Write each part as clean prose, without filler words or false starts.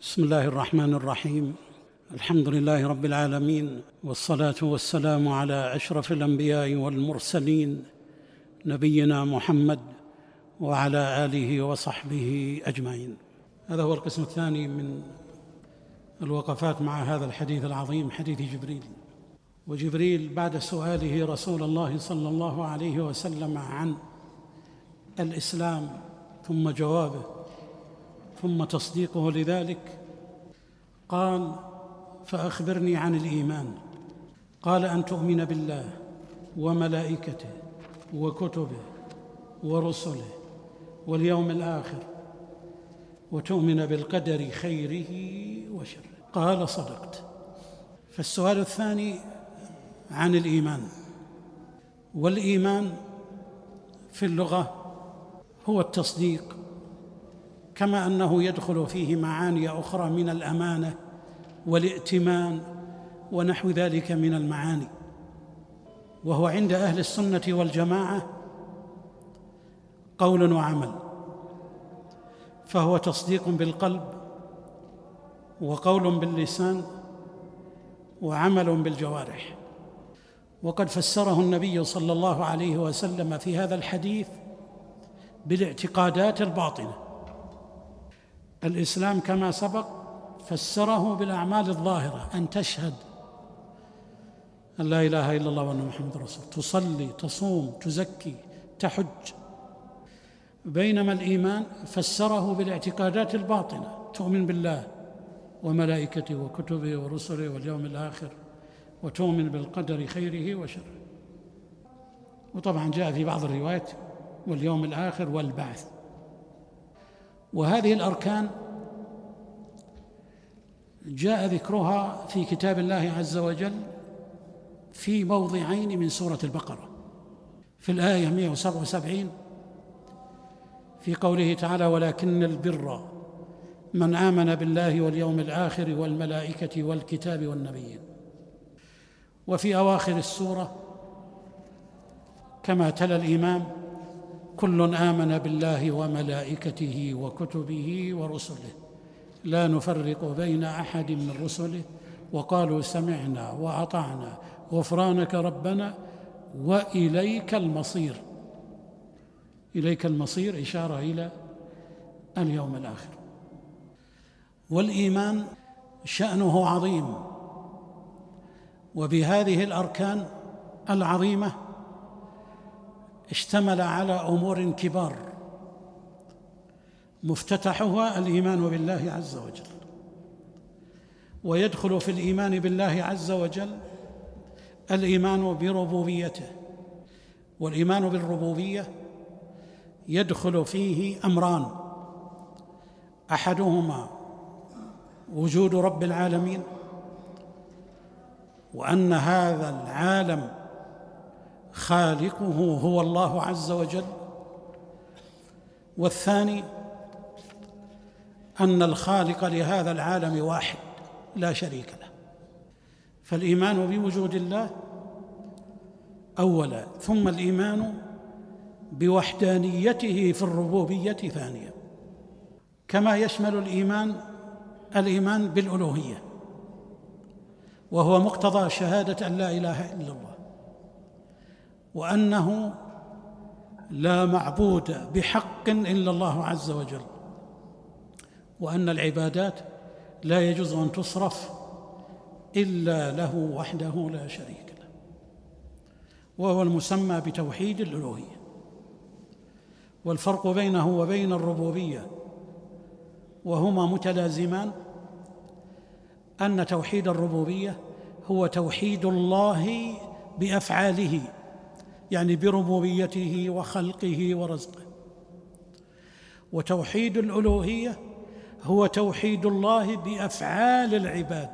بسم الله الرحمن الرحيم. الحمد لله رب العالمين، والصلاة والسلام على أشرف الأنبياء والمرسلين نبينا محمد وعلى آله وصحبه أجمعين. هذا هو القسم الثاني من الوقفات مع هذا الحديث العظيم، حديث جبريل. وجبريل بعد سؤاله رسول الله صلى الله عليه وسلم عن الإسلام ثم جوابه ثم تصديقه لذلك، قال: فأخبرني عن الإيمان. قال: أن تؤمن بالله وملائكته وكتبه ورسله واليوم الآخر وتؤمن بالقدر خيره وشره. قال: صدقت. فالسؤال الثاني عن الإيمان. والإيمان في اللغة هو التصديق، كما أنه يدخل فيه معاني أخرى من الأمانة والائتمان ونحو ذلك من المعاني. وهو عند أهل السنة والجماعة قول وعمل، فهو تصديق بالقلب وقول باللسان وعمل بالجوارح. وقد فسره النبي صلى الله عليه وسلم في هذا الحديث بالاعتقادات الباطنة. الإسلام كما سبق فسره بالأعمال الظاهرة، أن تشهد أن لا إله إلا الله وأن محمد رسول الله، تصلي، تصوم، تزكي، تحج. بينما الإيمان فسره بالاعتقادات الباطنة، تؤمن بالله وملائكته وكتبه ورسله واليوم الآخر وتؤمن بالقدر خيره وشره. وطبعا جاء في بعض الروايات واليوم الآخر والبعث. وهذه الأركان جاء ذكرها في كتاب الله عز وجل في موضعين من سورة البقرة، في الآية 177 في قوله تعالى: ولكن البر من آمن بالله واليوم الآخر والملائكة والكتاب والنبيين. وفي أواخر السورة كما تلا الإمام: كل آمن بالله وملائكته وكتبه ورسله لا نفرق بين أحد من رسله وقالوا سمعنا وأطعنا غفرانك ربنا وإليك المصير. إليك المصير إشارة إلى اليوم الآخر. والإيمان شأنه عظيم، وبهذه الأركان العظيمة اشتمل على أمور كبار، مفتتحها الإيمان بالله عز وجل. ويدخل في الإيمان بالله عز وجل الإيمان بربوبيته. والإيمان بالربوبية يدخل فيه أمران: أحدهما وجود رب العالمين، وأن هذا العالم خالقه هو الله عز وجل. والثاني أن الخالق لهذا العالم واحد لا شريك له. فالإيمان بوجود الله أولا، ثم الإيمان بوحدانيته في الربوبية ثانيا. كما يشمل الإيمان بالألوهية، وهو مقتضى شهادة أن لا إله إلا الله، وأنه لا معبود بحق إلا الله عز وجل، وأن العبادات لا يجوز أن تصرف إلا له وحده لا شريك له، وهو المسمى بتوحيد الألوهية. والفرق بينه وبين الربوبية وهما متلازمان أن توحيد الربوبية هو توحيد الله بأفعاله، يعني بربوبيته وخلقه ورزقه. وتوحيد الألوهية هو توحيد الله بأفعال العباد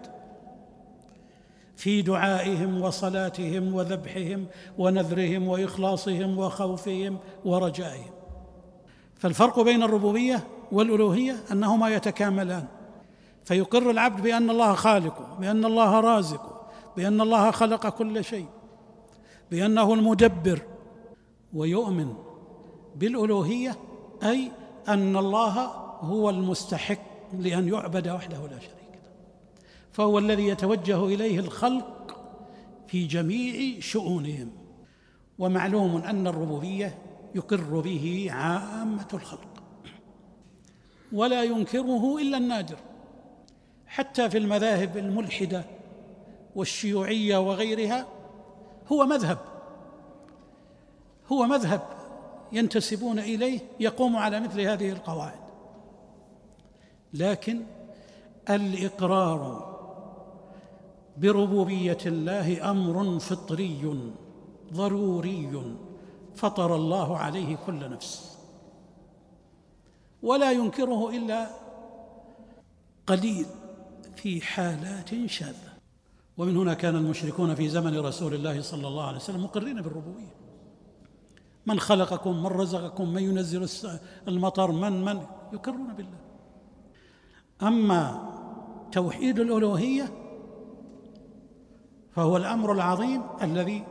في دعائهم وصلاتهم وذبحهم ونذرهم وإخلاصهم وخوفهم ورجائهم. فالفرق بين الربوبية والألوهية أنهما يتكاملان، فيقر العبد بأن الله خالقه، بأن الله رازقه، بأن الله خلق كل شيء، بأنه المدبر، ويؤمن بالألوهية، أي أن الله هو المستحق لأن يعبد وحده لا شريك له، فهو الذي يتوجه إليه الخلق في جميع شؤونهم. ومعلوم أن الربوبية يقر به عامة الخلق ولا ينكره إلا النادر، حتى في المذاهب الملحدة والشيوعية وغيرها هو مذهب ينتسبون إليه يقوم على مثل هذه القواعد. لكن الإقرار بربوبية الله أمر فطري ضروري فطر الله عليه كل نفس، ولا ينكره إلا قليل في حالات شاذة. ومن هنا كان المشركون في زمن رسول الله صلى الله عليه وسلم مقرين بالربوبية. من خلقكم، من رزقكم، من ينزل المطر، من يقرون بالله. أما توحيد الألوهية فهو الأمر العظيم الذي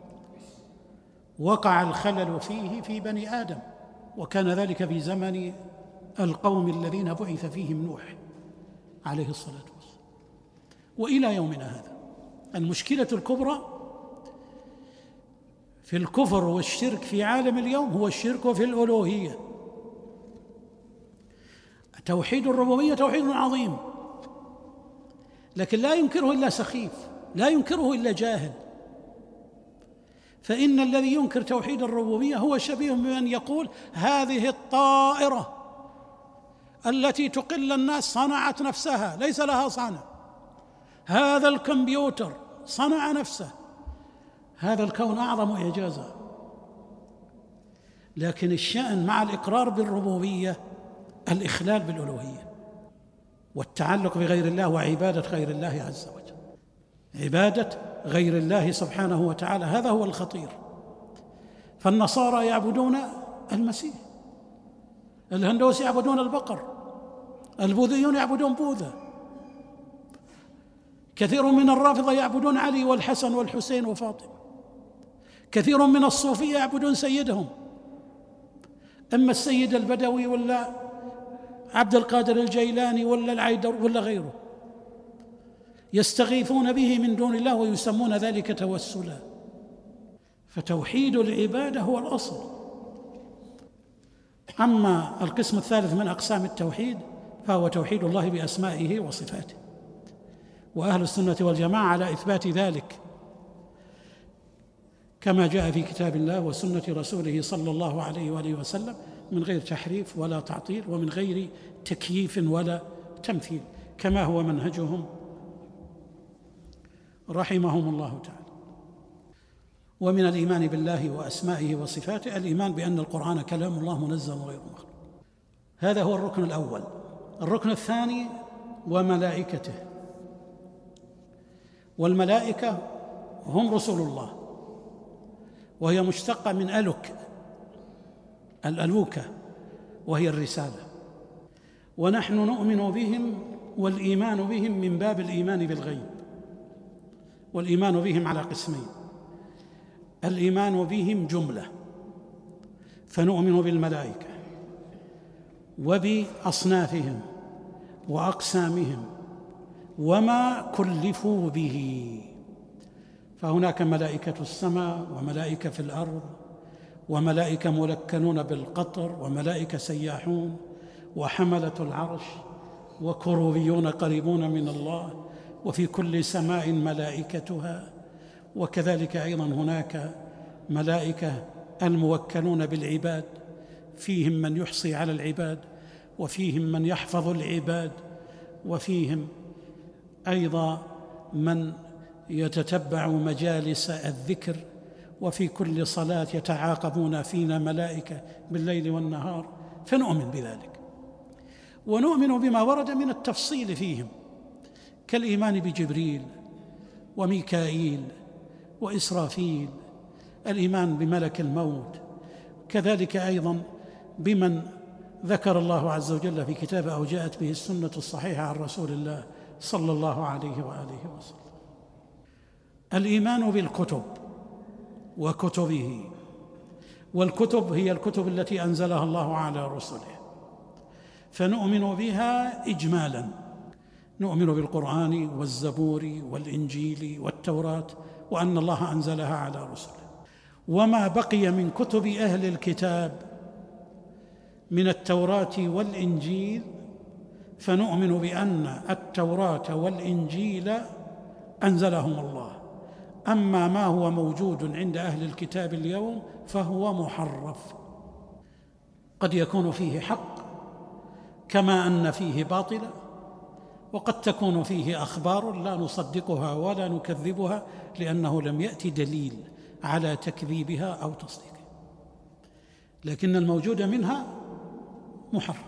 وقع الخلل فيه في بني آدم، وكان ذلك في زمن القوم الذين بعث فيهم نوح عليه الصلاة والسلام وإلى يومنا هذا. المشكلة الكبرى في الكفر والشرك في عالم اليوم هو الشرك في الألوهية. توحيد الربوبية توحيد عظيم، لكن لا ينكره إلا سخيف، لا ينكره إلا جاهل. فإن الذي ينكر توحيد الربوبية هو شبيه بمن يقول هذه الطائرة التي تقل الناس صنعت نفسها، ليس لها صانع. هذا الكمبيوتر صنع نفسه. هذا الكون أعظم إعجازا. لكن الشأن مع الإقرار بالربوبية الإخلال بالألوهية والتعلق بغير الله وعبادة غير الله عز وجل، عبادة غير الله سبحانه وتعالى. هذا هو الخطير. فالنصارى يعبدون المسيح، الهندوس يعبدون البقر، البوذيون يعبدون بوذا، كثير من الرافضة يعبدون علي والحسن والحسين وفاطمة، كثير من الصوفية يعبدون سيدهم، إما السيد البدوي ولا عبد القادر الجيلاني ولا العيدر ولا غيره، يستغيثون به من دون الله ويسمون ذلك توسلا. فتوحيد العبادة هو الأصل. أما القسم الثالث من أقسام التوحيد فهو توحيد الله بأسمائه وصفاته، وأهل السنة والجماعة على إثبات ذلك كما جاء في كتاب الله وسنة رسوله صلى الله عليه وآله وسلم، من غير تحريف ولا تعطيل ومن غير تكييف ولا تمثيل، كما هو منهجهم رحمهم الله تعالى. ومن الإيمان بالله وأسمائه وصفاته الإيمان بأن القرآن كلام الله منزل غير مخلوق. هذا هو الركن الأول. الركن الثاني وملائكته. والملائكة هم رسل الله، وهي مشتقة من ألك، الألوكة، وهي الرسالة. ونحن نؤمن بهم، والإيمان بهم من باب الإيمان بالغيب. والإيمان بهم على قسمين: الإيمان بهم جملة، فنؤمن بالملائكة وبأصنافهم وأقسامهم وما كلفوا به. فهناك ملائكة السماء وملائكة في الأرض وملائكة ملكنون بالقطر وملائكة سياحون وحملة العرش وكروبيون قريبون من الله، وفي كل سماء ملائكتها. وكذلك أيضا هناك ملائكة الموكلون بالعباد، فيهم من يحصي على العباد وفيهم من يحفظ العباد وفيهم أيضا من يتتبع مجالس الذكر، وفي كل صلاة يتعاقبون فينا ملائكة بالليل والنهار. فنؤمن بذلك، ونؤمن بما ورد من التفصيل فيهم كالإيمان بجبريل وميكائيل وإسرافيل، الإيمان بملك الموت، كذلك أيضا بمن ذكر الله عز وجل في كتابه أو جاءت به السنة الصحيحة عن رسول الله صلى الله عليه وآله وسلم. الإيمان بالكتب وكتبه، والكتب هي الكتب التي أنزلها الله على رسله، فنؤمن بها إجمالا، نؤمن بالقرآن والزبور والإنجيل والتوراة وأن الله أنزلها على رسله. وما بقي من كتب أهل الكتاب من التوراة والإنجيل فنؤمن بأن التوراة والإنجيل أنزلهم الله. أما ما هو موجود عند أهل الكتاب اليوم فهو محرف، قد يكون فيه حق كما أن فيه باطلا، وقد تكون فيه أخبار لا نصدقها ولا نكذبها لأنه لم يأتي دليل على تكذيبها أو تصديقها، لكن الموجود منها محرف.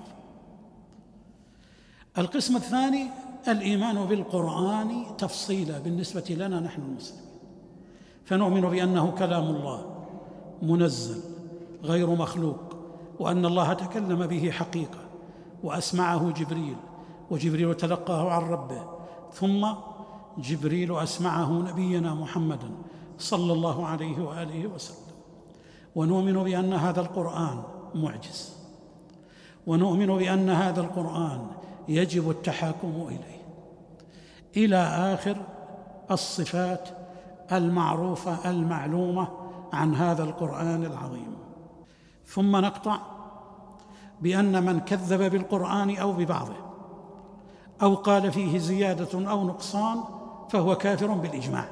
القسم الثاني الإيمان بالقرآن تفصيلا بالنسبة لنا نحن المسلمين، فنؤمن بأنه كلام الله منزل غير مخلوق، وأن الله تكلم به حقيقة وأسمعه جبريل، وجبريل تلقاه عن ربه، ثم جبريل أسمعه نبينا محمدا صلى الله عليه وآله وسلم. ونؤمن بأن هذا القرآن معجز، ونؤمن بأن هذا القرآن يجب التحاكم إليه، إلى آخر الصفات المعروفة المعلومة عن هذا القرآن العظيم. ثم نقطع بأن من كذب بالقرآن أو ببعضه أو قال فيه زيادة أو نقصان فهو كافر بالإجماع.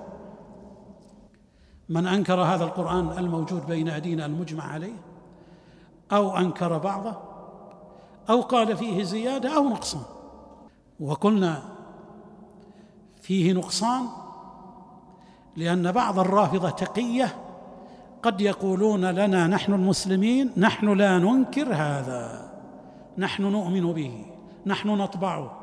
من أنكر هذا القرآن الموجود بين أيدينا المجمع عليه أو أنكر بعضه أو قال فيه زيادة أو نقصان، وقلنا فيه نقصان لأن بعض الرافضة تقية قد يقولون لنا نحن المسلمين نحن لا ننكر هذا، نحن نؤمن به، نحن نطبعه.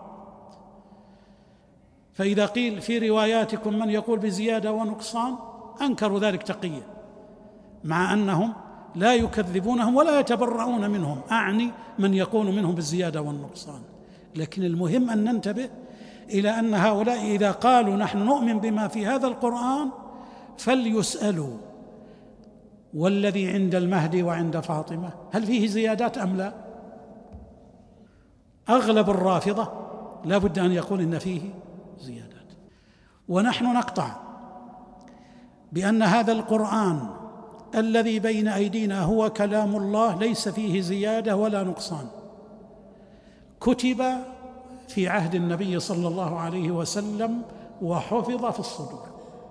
فإذا قيل في رواياتكم من يقول بزيادة ونقصان أنكروا ذلك تقية، مع أنهم لا يكذبونهم ولا يتبرؤون منهم، أعني من يقول منهم بالزيادة والنقصان. لكن المهم أن ننتبه إلى أن هؤلاء إذا قالوا نحن نؤمن بما في هذا القرآن فليسألوا والذي عند المهدي وعند فاطمة هل فيه زيادات أم لا؟ أغلب الرافضة لا بد أن يقول إن فيه زيادات. ونحن نقطع بأن هذا القرآن الذي بين أيدينا هو كلام الله ليس فيه زيادة ولا نقصان، كتب في عهد النبي صلى الله عليه وسلم وحفظ في الصدور،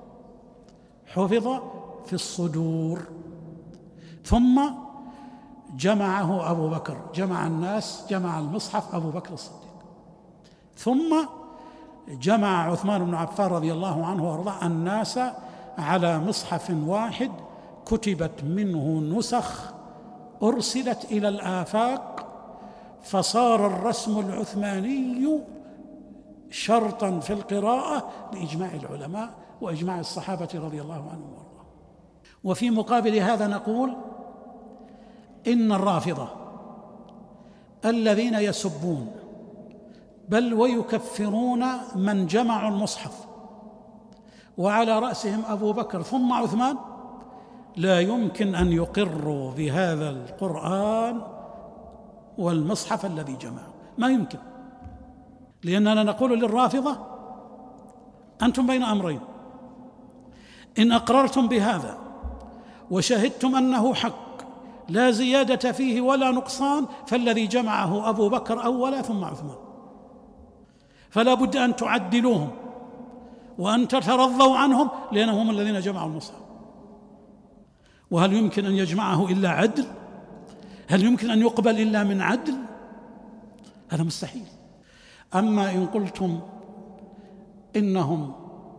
حفظ في الصدور، ثم جمعه أبو بكر، جمع الناس، جمع المصحف أبو بكر الصديق، ثم جمع عثمان بن عفان رضي الله عنه وارضاه الناس على مصحف واحد كتبت منه نسخ أرسلت إلى الآفاق، فصار الرسم العثماني شرطا في القراءة لإجماع العلماء وإجماع الصحابة رضي الله عنهم وارضاهم. وفي مقابل هذا نقول إن الرافضة الذين يسبون بل ويكفرون من جمعوا المصحف وعلى رأسهم أبو بكر ثم عثمان لا يمكن أن يقروا بهذا القرآن والمصحف الذي جمعه، ما يمكن، لأننا نقول للرافضة أنتم بين أمرين، إن أقررتم بهذا وشهدتم أنه حق لا زيادة فيه ولا نقصان فالذي جمعه أبو بكر أولا ثم عثمان، فلا بد أن تعدلوهم وأن تترضوا عنهم لأنهم هم الذين جمعوا المصحف. وهل يمكن أن يجمعه إلا عدل؟ هل يمكن أن يقبل إلا من عدل؟ هذا مستحيل. أما إن قلتم إنهم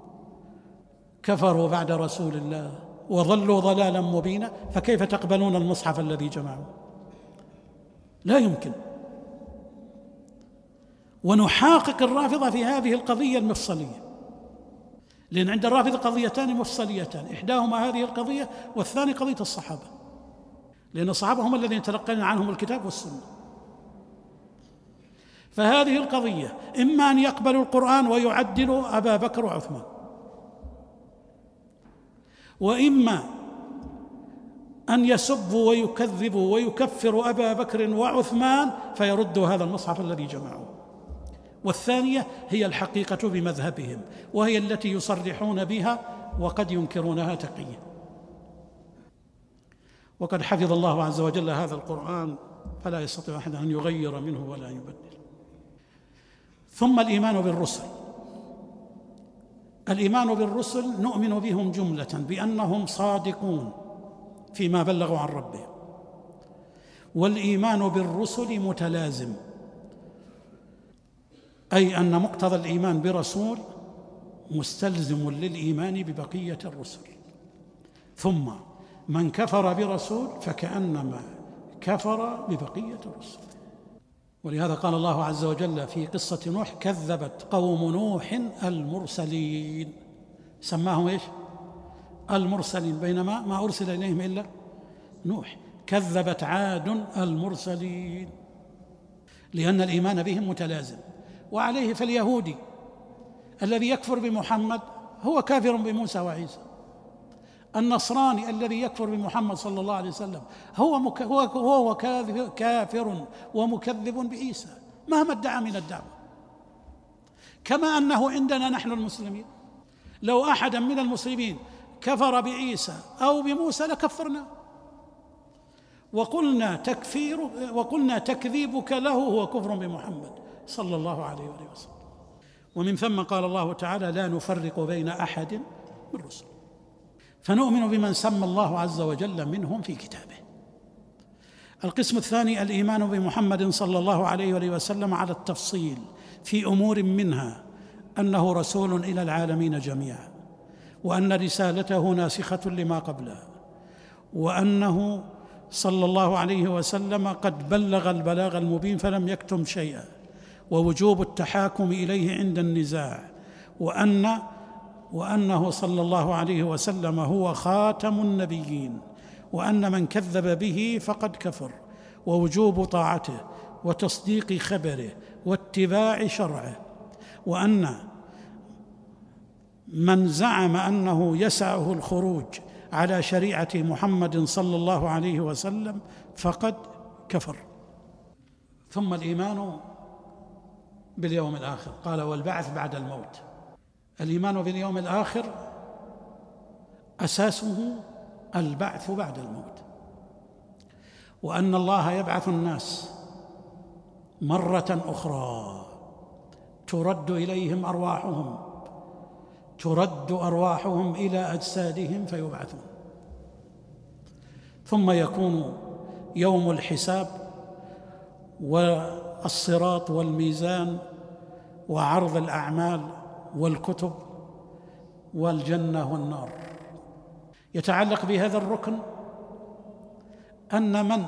كفروا بعد رسول الله وظلوا ضلالا مبينا فكيف تقبلون المصحف الذي جمعوا؟ لا يمكن. ونحاقق الرافضة في هذه القضية المفصلية، لأن عند الرافضة قضيتان مفصليتان، إحداهما هذه القضية والثاني قضية الصحابة، لأن الصحابة هم الذين تلقينا عنهم الكتاب والسنة. فهذه القضية إما أن يقبلوا القرآن ويعدلوا أبا بكر وعثمان، وإما أن يسبوا ويكذبوا ويكفروا أبا بكر وعثمان فيردوا هذا المصحف الذي جمعوه. والثانية هي الحقيقة بمذهبهم، وهي التي يصرحون بها وقد ينكرونها تقية. وقد حفظ الله عز وجل هذا القرآن فلا يستطيع أحد أن يغير منه ولا يبدل. ثم الإيمان بالرسل. الإيمان بالرسل نؤمن بهم جملة بأنهم صادقون فيما بلغوا عن ربهم، والإيمان بالرسل متلازم، أي أن مقتضى الإيمان برسول مستلزم للإيمان ببقية الرسل. ثم من كفر برسول فكأنما كفر ببقية الرسل. ولهذا قال الله عز وجل في قصة نوح: كذبت قوم نوح المرسلين. سماهم إيش؟ المرسلين، بينما ما أرسل إليهم إلا نوح. كذبت عاد المرسلين، لأن الإيمان بهم متلازم. وعليه فاليهودي الذي يكفر بمحمد هو كافر بموسى وعيسى. النصراني الذي يكفر بمحمد صلى الله عليه وسلم هو كافر ومكذب بعيسى مهما ادعى من الدعوة. كما أنه عندنا نحن المسلمين لو أحدا من المسلمين كفر بعيسى أو بموسى لكفرنا، وقلنا تكذيبك له هو كفر بمحمد صلى الله عليه وسلم. ومن ثم قال الله تعالى: لا نفرق بين أحد من رسل. فنؤمن بمن سمى الله عز وجل منهم في كتابه. القسم الثاني الإيمان بمحمد صلى الله عليه وسلم على التفصيل في أمور، منها أنه رسول إلى العالمين جميعا، وأن رسالته ناسخة لما قبلها، وأنه صلى الله عليه وسلم قد بلغ البلاغ المبين فلم يكتم شيئا، ووجوب التحاكم إليه عند النزاع، وأنه صلى الله عليه وسلم هو خاتم النبيين، وأن من كذب به فقد كفر، ووجوب طاعته وتصديق خبره واتباع شرعه، وأن من زعم أنه يسعه الخروج على شريعة محمد صلى الله عليه وسلم فقد كفر. ثم الإيمان باليوم الآخر. قال: والبعث بعد الموت. الإيمان باليوم الآخر أساسه البعث بعد الموت، وأن الله يبعث الناس مرة أخرى ترد أرواحهم إلى أجسادهم فيبعثون، ثم يكون يوم الحساب والصراط والميزان وعرض الأعمال والكتب والجنة والنار. يتعلق بهذا الركن أن من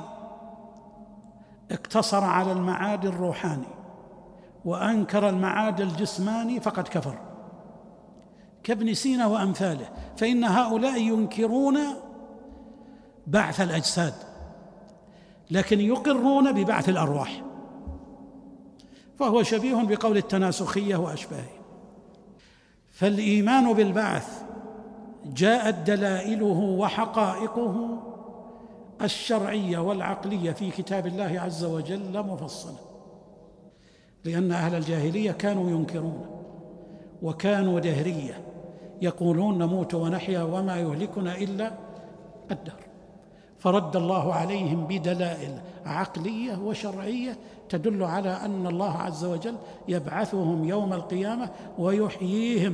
اقتصر على المعاد الروحاني وأنكر المعاد الجسماني فقد كفر، كابن سينا وأمثاله، فإن هؤلاء ينكرون بعث الأجساد لكن يقرون ببعث الأرواح، فهو شبيه بقول التناسخية وأشباهه. فالإيمان بالبعث جاءت دلائله وحقائقه الشرعية والعقلية في كتاب الله عز وجل مفصلة، لأن أهل الجاهلية كانوا ينكرون وكانوا دهرية، يقولون نموت ونحيا وما يهلكنا إلا الدهر، فرد الله عليهم بدلائل عقلية وشرعية تدل على أن الله عز وجل يبعثهم يوم القيامة ويحييهم.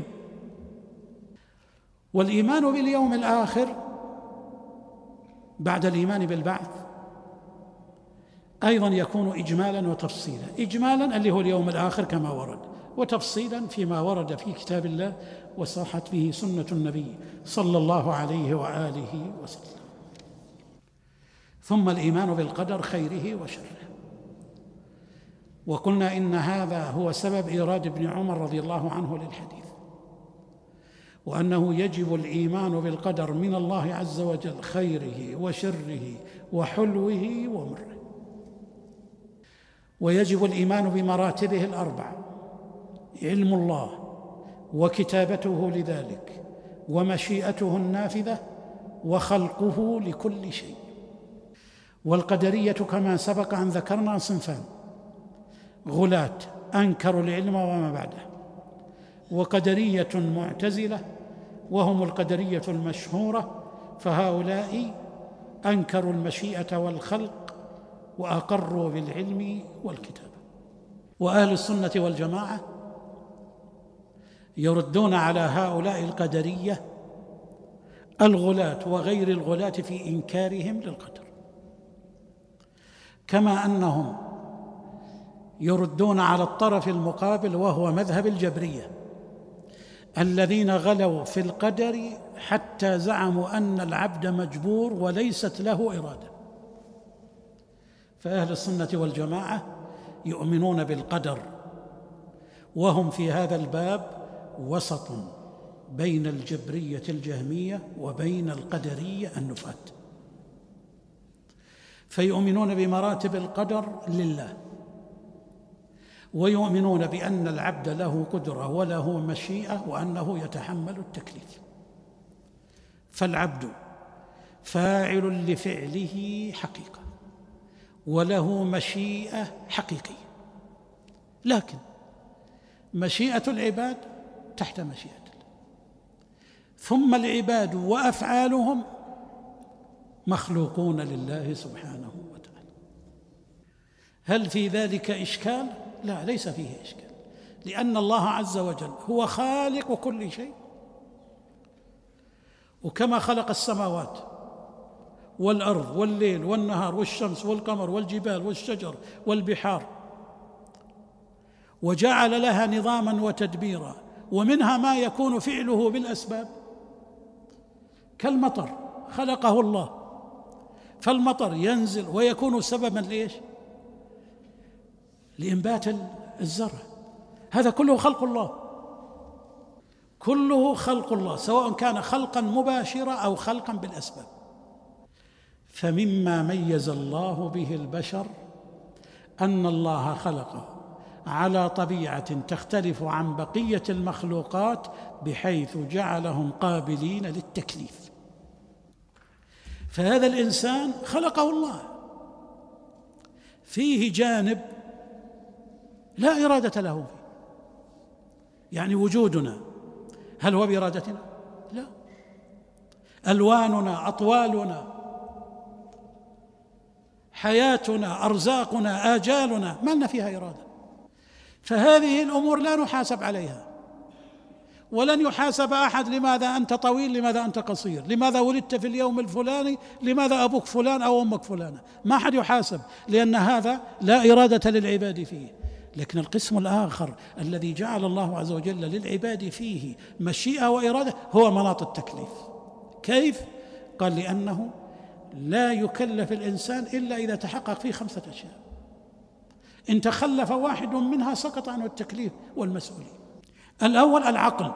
والإيمان باليوم الآخر بعد الإيمان بالبعث أيضا يكون إجمالا وتفصيلا. إجمالا اللي هو اليوم الآخر كما ورد، وتفصيلا فيما ورد في كتاب الله وصحت به سنة النبي صلى الله عليه وآله وسلم. ثم الإيمان بالقدر خيره وشره. وقلنا إن هذا هو سبب إيراد ابن عمر رضي الله عنه للحديث، وأنه يجب الإيمان بالقدر من الله عز وجل خيره وشره وحلوه ومره. ويجب الإيمان بمراتبه الأربع: علم الله وكتابته لذلك ومشيئته النافذة وخلقه لكل شيء. والقدرية كما سبق أن ذكرنا صنفان: غلاة أنكروا العلم وما بعده، وقدرية معتزلة وهم القدرية المشهورة، فهؤلاء أنكروا المشيئة والخلق وأقروا بالعلم والكتابة. وأهل السنة والجماعة يردون على هؤلاء القدرية الغلاة وغير الغلاة في إنكارهم للقدر، كما أنهم يردون على الطرف المقابل وهو مذهب الجبرية الذين غلوا في القدر حتى زعموا أن العبد مجبور وليست له إرادة. فأهل السنة والجماعة يؤمنون بالقدر، وهم في هذا الباب وسط بين الجبرية الجهمية وبين القدرية النفاة، فيؤمنون بمراتب القدر لله، ويؤمنون بأن العبد له قدرة وله مشيئة وأنه يتحمل التكليف. فالعبد فاعل لفعله حقيقة وله مشيئة حقيقية، لكن مشيئة العباد تحت مشيئة الله، ثم العباد وأفعالهم مخلوقون لله سبحانه وتعالى. هل في ذلك إشكال؟ لا، ليس فيه إشكال، لأن الله عز وجل هو خالق كل شيء، وكما خلق السماوات والأرض والليل والنهار والشمس والقمر والجبال والشجر والبحار وجعل لها نظاما وتدبيرا، ومنها ما يكون فعله بالأسباب كالمطر خلقه الله، فالمطر ينزل ويكون سببا لإيش؟ لإنبات الزرع. هذا كله خلق الله، كله خلق الله، سواء كان خلقا مباشرا أو خلقا بالأسباب. فمما ميز الله به البشر أن الله خلقه على طبيعة تختلف عن بقية المخلوقات، بحيث جعلهم قابلين للتكليف. فهذا الإنسان خلقه الله، فيه جانب لا إرادة له فيه، يعني وجودنا هل هو بإرادتنا؟ لا. ألواننا، أطوالنا، حياتنا، أرزاقنا، آجالنا، ما لنا فيها إرادة. فهذه الأمور لا نحاسب عليها، ولن يحاسب أحد لماذا أنت طويل، لماذا أنت قصير، لماذا ولدت في اليوم الفلاني، لماذا أبوك فلان أو أمك فلانة، ما أحد يحاسب، لأن هذا لا إرادة للعباد فيه. لكن القسم الآخر الذي جعل الله عز وجل للعباد فيه مشيئة وإرادة هو مناط التكليف. كيف؟ قال لأنه لا يكلف الإنسان إلا إذا تحقق فيه 5 أشياء، إن تخلف واحد منها سقط عنه التكليف والمسؤولية. الأول العقل،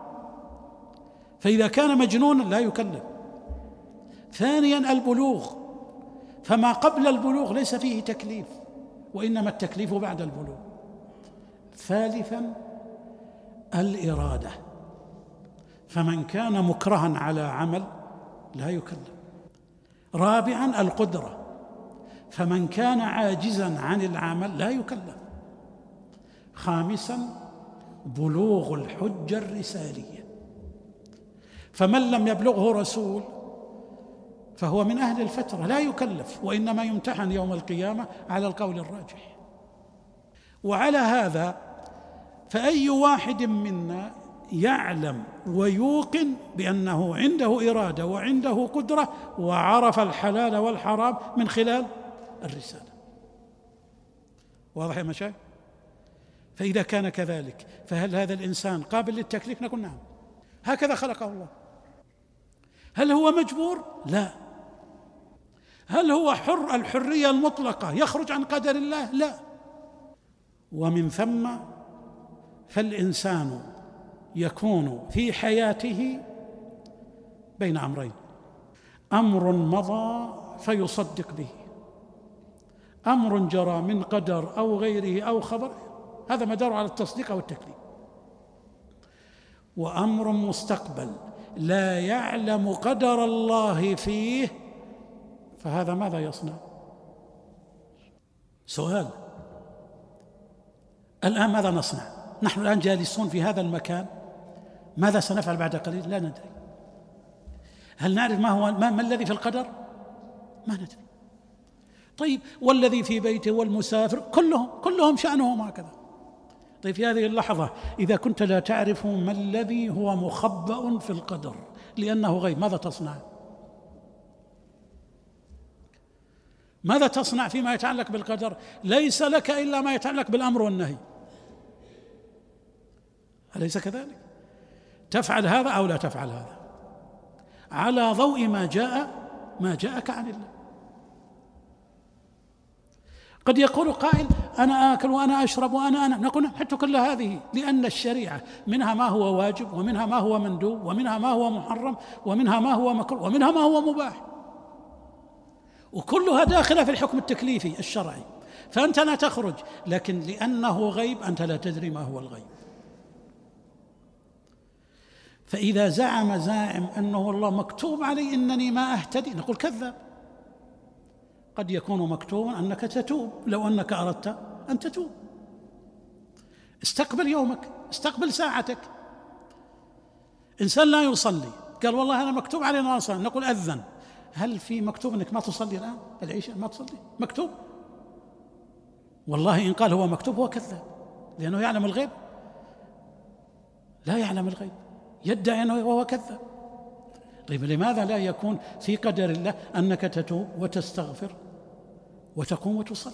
فإذا كان مجنونا لا يكلف. ثانيا البلوغ، فما قبل البلوغ ليس فيه تكليف، وإنما التكليف بعد البلوغ. ثالثا الإرادة، فمن كان مكرها على عمل لا يكلف. رابعا القدرة، فمن كان عاجزا عن العمل لا يكلف. خامسا بلوغ الحجة الرسالية، فمن لم يبلغه رسول فهو من أهل الفترة لا يكلف، وإنما يمتحن يوم القيامة على القول الراجح. وعلى هذا فأي واحد منا يعلم ويوقن بأنه عنده إرادة وعنده قدرة، وعرف الحلال والحرام من خلال الرسالة. واضح يا مشايخ؟ فإذا كان كذلك فهل هذا الإنسان قابل للتكليف؟ نقول نعم، هكذا خلقه الله. هل هو مجبور؟ لا. هل هو حر الحرية المطلقة يخرج عن قدر الله؟ لا. ومن ثم فالإنسان يكون في حياته بين أمرين: أمر مضى فيصدق به، أمر جرى من قدر أو غيره أو خبر، هذا مدار على التصديق أو التكليف، وأمر مستقبل لا يعلم قدر الله فيه، فهذا ماذا يصنع؟ سؤال. الآن ماذا نصنع؟ نحن الآن جالسون في هذا المكان، ماذا سنفعل بعد قليل؟ لا ندري. هل نعرف ما الذي في القدر؟ ما ندري. طيب والذي في بيته والمسافر كلهم شأنهم هكذا. طيب في هذه اللحظة إذا كنت لا تعرف ما الذي هو مخبأ في القدر لأنه غيب، ماذا تصنع؟ ماذا تصنع فيما يتعلق بالقدر؟ ليس لك إلا ما يتعلق بالأمر والنهي، أليس كذلك؟ تفعل هذا أو لا تفعل هذا على ضوء ما جاءك عن الله. قد يقول قائل أنا آكل وأنا أشرب وأنا نقول حتى كل هذه، لأن الشريعة منها ما هو واجب ومنها ما هو مندوب ومنها ما هو محرم ومنها ما هو مكروه ومنها ما هو مباح، وكلها داخلة في الحكم التكليفي الشرعي. فأنت لا تخرج، لكن لأنه غيب أنت لا تدري ما هو الغيب. فإذا زعم زاعم أنه والله مكتوب علي أنني ما أهتدي، نقول كذاب. قد يكون مكتوبا أنك تتوب لو أنك أردت أن تتوب. استقبل يومك، استقبل ساعتك. إنسان لا يصلي قال والله أنا مكتوب علي أن أصلي، نقول أذن، هل في مكتوب أنك ما تصلي الآن العشاء؟ ما تصلي مكتوب. والله إن قال هو مكتوب هو كذاب، لأنه يعلم الغيب؟ لا يعلم الغيب، يدعي أنه وهو كذاب. طيب لماذا لا يكون في قدر الله أنك تتوب وتستغفر وتقوم وتصلي؟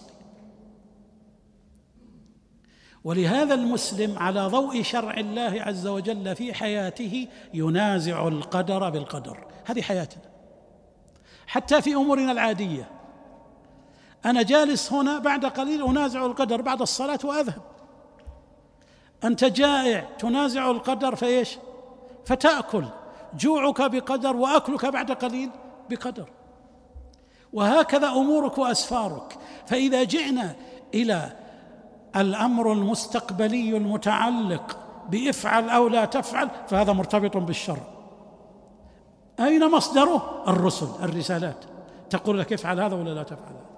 ولهذا المسلم على ضوء شرع الله عز وجل في حياته ينازع القدر بالقدر. هذه حياتنا حتى في أمورنا العادية. أنا جالس هنا بعد قليل أنازع القدر بعد الصلاة وأذهب. أنت جائع تنازع القدر فإيش؟ فتأكل، جوعك بقدر وأكلك بعد قليل بقدر. وهكذا أمورك وأسفارك. فإذا جئنا إلى الأمر المستقبلي المتعلق بافعل أو لا تفعل فهذا مرتبط بالشرع. أين مصدره؟ الرسل، الرسالات تقول لك افعل هذا ولا لا تفعل هذا.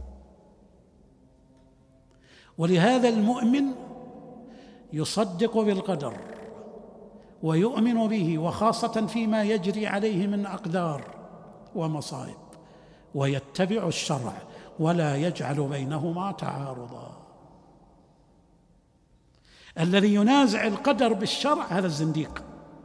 ولهذا المؤمن يصدق بالقدر ويؤمن به، وخاصة فيما يجري عليه من أقدار ومصائب، ويتبع الشرع ولا يجعل بينهما تعارضا. الذي ينازع القدر بالشرع هذا الزنديق.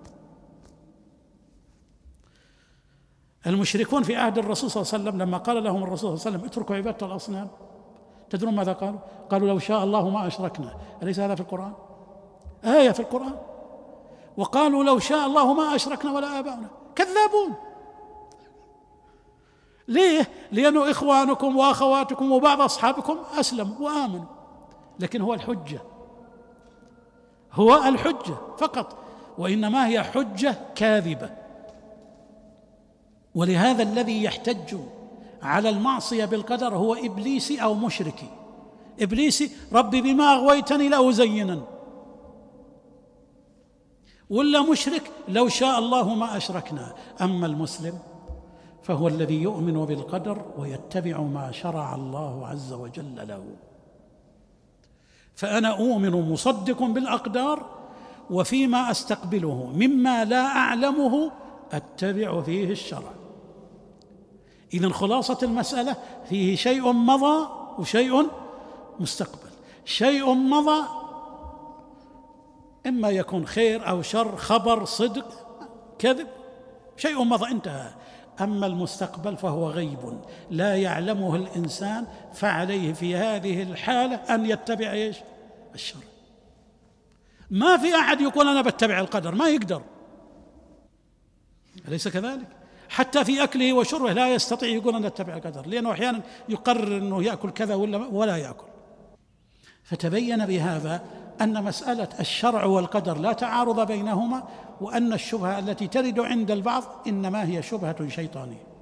المشركون في عهد الرسول صلى الله عليه وسلم لما قال لهم الرسول صلى الله عليه وسلم اتركوا عبادة الأصنام، تدرون ماذا قالوا؟ قالوا لو شاء الله ما أشركنا. أليس هذا في القرآن؟ آية في القرآن. وقالوا لو شاء الله ما أشركنا ولا آباؤنا. كذابون. ليه؟ لأنه إخوانكم وأخواتكم وبعض أصحابكم أسلموا وآمنوا، لكن هو الحجة، هو الحجة فقط، وإنما هي حجة كاذبة. ولهذا الذي يحتج على المعصية بالقدر هو إبليسي أو مشركي. إبليسي ربي بما أغويتني لأزينن، ولا مشرك لو شاء الله ما أشركنا. أما المسلم فهو الذي يؤمن بالقدر ويتبع ما شرع الله عز وجل له. فأنا أؤمن مصدق بالأقدار، وفيما أستقبله مما لا أعلمه أتبع فيه الشرع. إذن خلاصة المسألة فيه شيء مضى وشيء مستقبل. شيء مضى إما يكون خير أو شر، خبر، صدق، كذب، شيء مضى انتهى. أما المستقبل فهو غيب لا يعلمه الإنسان، فعليه في هذه الحالة أن يتبع إيش؟ الشرع. ما في أحد يقول أنا بتبع القدر، ما يقدر، أليس كذلك؟ حتى في أكله وشربه لا يستطيع يقول أنا أتبع القدر، لأنه أحيانا يقرر أنه يأكل كذا ولا يأكل. فتبين بهذا أن مسألة الشرع والقدر لا تعارض بينهما، وأن الشبهة التي ترد عند البعض إنما هي شبهة شيطانية.